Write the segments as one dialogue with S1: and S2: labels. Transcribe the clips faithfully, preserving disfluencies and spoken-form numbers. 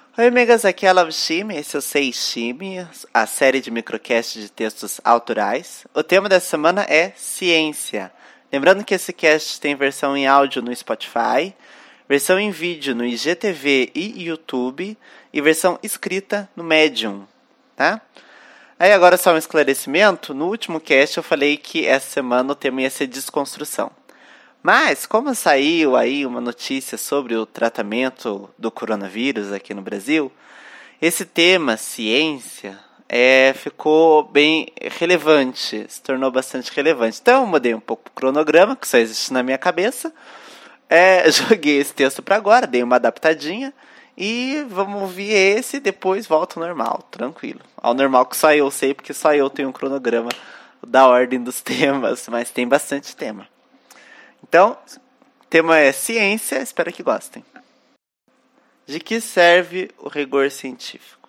S1: Oi, amigas, aqui é a Love Shime, esse é o Sei Shime, a série de microcasts de textos autorais. O tema dessa semana é ciência. Lembrando que esse cast tem versão em áudio no Spotify, versão em vídeo no I G T V e YouTube e versão escrita no Medium, tá? Aí agora só um esclarecimento, no último cast eu falei que essa semana o tema ia ser desconstrução. Mas, como saiu aí uma notícia sobre o tratamento do coronavírus aqui no Brasil, esse tema, ciência, é, ficou bem relevante, se tornou bastante relevante. Então, eu mudei um pouco o cronograma, que só existe na minha cabeça, é, joguei esse texto para agora, dei uma adaptadinha, e vamos ouvir esse e depois volto ao normal, tranquilo. Ao normal que só eu sei, porque só eu tenho um cronograma da ordem dos temas, mas tem bastante tema. Então, o tema é ciência, espero que gostem. De que serve o rigor científico?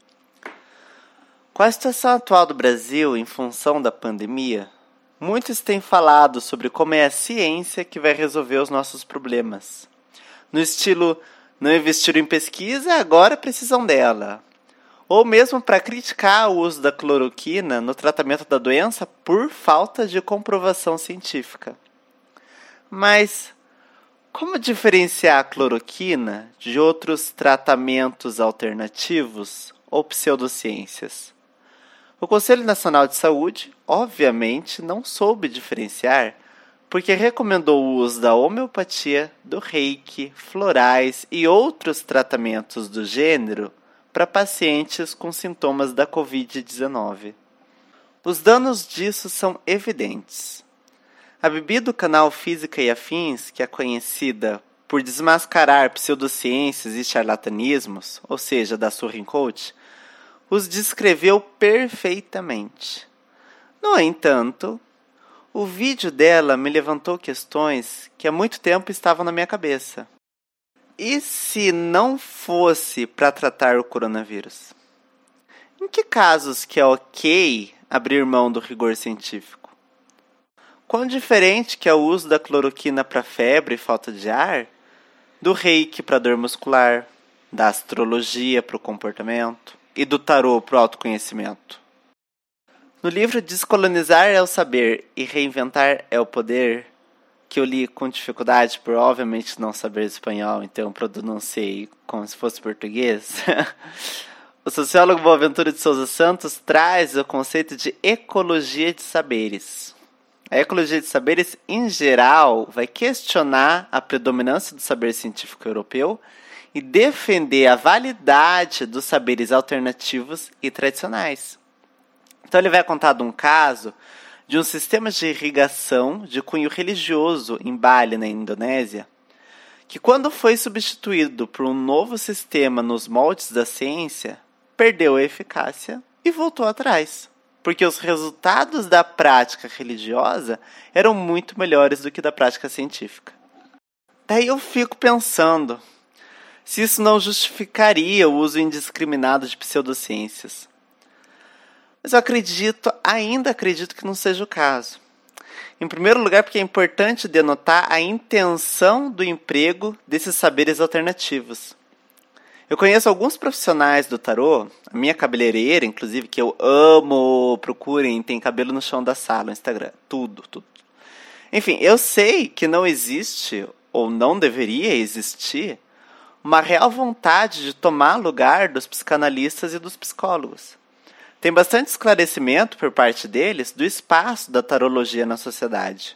S1: Com a situação atual do Brasil em função da pandemia, muitos têm falado sobre como é a ciência que vai resolver os nossos problemas. No estilo, não investiram em pesquisa, agora precisam dela. Ou mesmo para criticar o uso da cloroquina no tratamento da doença por falta de comprovação científica. Mas como diferenciar a cloroquina de outros tratamentos alternativos ou pseudociências? O Conselho Nacional de Saúde, obviamente, não soube diferenciar porque recomendou o uso da homeopatia, do reiki, florais e outros tratamentos do gênero para pacientes com sintomas da covid dezenove. Os danos disso são evidentes. A Bibi do canal Física e Afins, que é conhecida por desmascarar pseudociências e charlatanismos, ou seja, da Surrin Coach, os descreveu perfeitamente. No entanto, o vídeo dela me levantou questões que há muito tempo estavam na minha cabeça. E se não fosse para tratar o coronavírus? Em que casos que é ok abrir mão do rigor científico? Quão diferente que é o uso da cloroquina para febre e falta de ar, do reiki para dor muscular, da astrologia para o comportamento e do tarô para o autoconhecimento. No livro Descolonizar é o Saber e Reinventar é o Poder, que eu li com dificuldade por obviamente não saber espanhol, então eu pronunciei como se fosse português, o sociólogo Boaventura de Souza Santos traz o conceito de ecologia de saberes. A ecologia de saberes, em geral, vai questionar a predominância do saber científico europeu e defender a validade dos saberes alternativos e tradicionais. Então ele vai contar de um caso de um sistema de irrigação de cunho religioso em Bali, na Indonésia, que quando foi substituído por um novo sistema nos moldes da ciência, perdeu a eficácia e voltou atrás. Porque os resultados da prática religiosa eram muito melhores do que da prática científica. Daí eu fico pensando se isso não justificaria o uso indiscriminado de pseudociências. Mas eu acredito, ainda acredito que não seja o caso. Em primeiro lugar, porque é importante denotar a intenção do emprego desses saberes alternativos. Eu conheço alguns profissionais do tarô, a minha cabeleireira, inclusive, que eu amo, procurem, tem cabelo no chão da sala no Instagram, tudo, tudo. Enfim, eu sei que não existe, ou não deveria existir, uma real vontade de tomar lugar dos psicanalistas e dos psicólogos. Tem bastante esclarecimento por parte deles do espaço da tarologia na sociedade.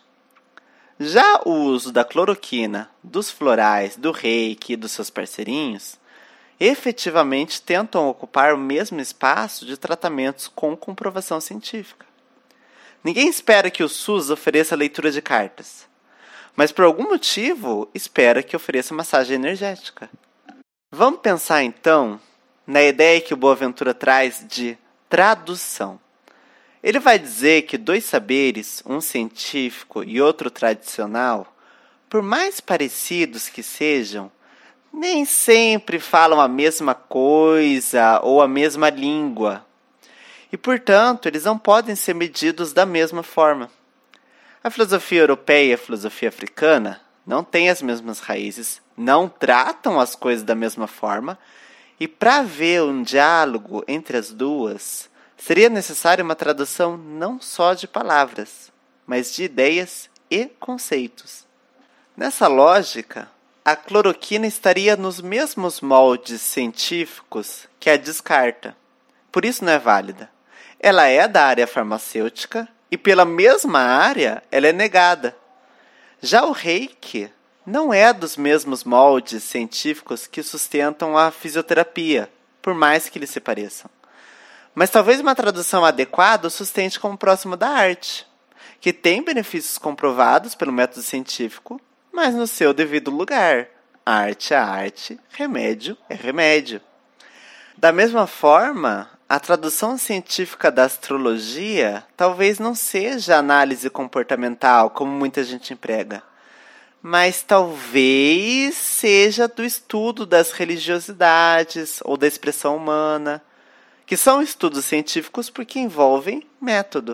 S1: Já o uso da cloroquina, dos florais, do reiki e dos seus parceirinhos efetivamente tentam ocupar o mesmo espaço de tratamentos com comprovação científica. Ninguém espera que o SUS ofereça leitura de cartas, mas por algum motivo espera que ofereça massagem energética. Vamos pensar então na ideia que o Boaventura traz de tradução. Ele vai dizer que dois saberes, um científico e outro tradicional, por mais parecidos que sejam, nem sempre falam a mesma coisa ou a mesma língua. E, portanto, eles não podem ser medidos da mesma forma. A filosofia europeia e a filosofia africana não têm as mesmas raízes, não tratam as coisas da mesma forma E para ver um diálogo entre as duas, seria necessária uma tradução não só de palavras, mas de ideias e conceitos. Nessa lógica, a cloroquina estaria nos mesmos moldes científicos que a descarta. Por isso não é válida. Ela é da área farmacêutica e pela mesma área ela é negada. Já o reiki não é dos mesmos moldes científicos que sustentam a fisioterapia, por mais que eles se pareçam. Mas talvez uma tradução adequada o sustente como próximo da arte, que tem benefícios comprovados pelo método científico, mas no seu devido lugar. Arte é arte, remédio é remédio. Da mesma forma, a tradução científica da astrologia talvez não seja análise comportamental, como muita gente emprega, mas talvez seja do estudo das religiosidades ou da expressão humana, que são estudos científicos porque envolvem método.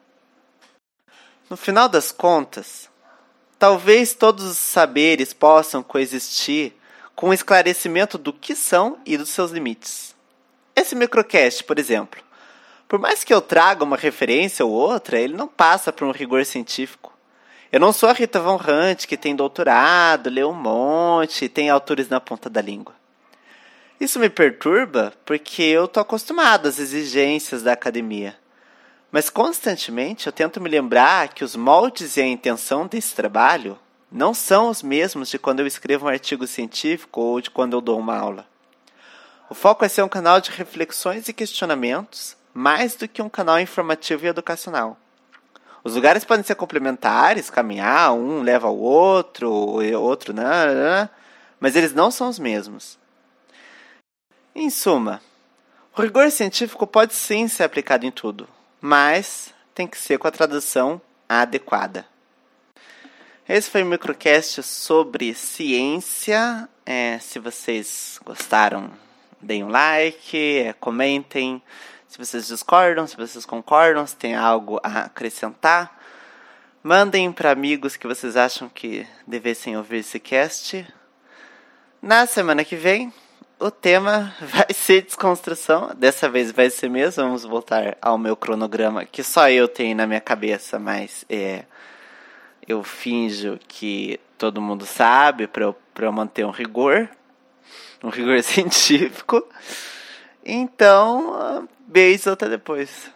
S1: No final das contas, talvez todos os saberes possam coexistir com o esclarecimento do que são e dos seus limites. Esse microcast, por exemplo, por mais que eu traga uma referência ou outra, ele não passa por um rigor científico. Eu não sou a Rita Von Hunt, que tem doutorado, lê um monte e tem autores na ponta da língua. Isso me perturba porque eu estou acostumado às exigências da academia. Mas constantemente eu tento me lembrar que os moldes e a intenção desse trabalho não são os mesmos de quando eu escrevo um artigo científico ou de quando eu dou uma aula. O foco é ser um canal de reflexões e questionamentos, mais do que um canal informativo e educacional. Os lugares podem ser complementares, caminhar, um leva ao outro, o outro não, mas eles não são os mesmos. Em suma, o rigor científico pode sim ser aplicado em tudo, mas tem que ser com a tradução adequada. Esse foi o microcast sobre ciência. É, se vocês gostaram, deem um like, é, comentem. Se vocês discordam, se vocês concordam, se tem algo a acrescentar, mandem para amigos que vocês acham que devessem ouvir esse cast. Na semana que vem, o tema vai ser desconstrução. Dessa vez vai ser mesmo. Vamos voltar ao meu cronograma, que só eu tenho na minha cabeça, mas é, eu finjo que todo mundo sabe para eu, para eu manter um rigor, um rigor científico. Então, beijo, até depois.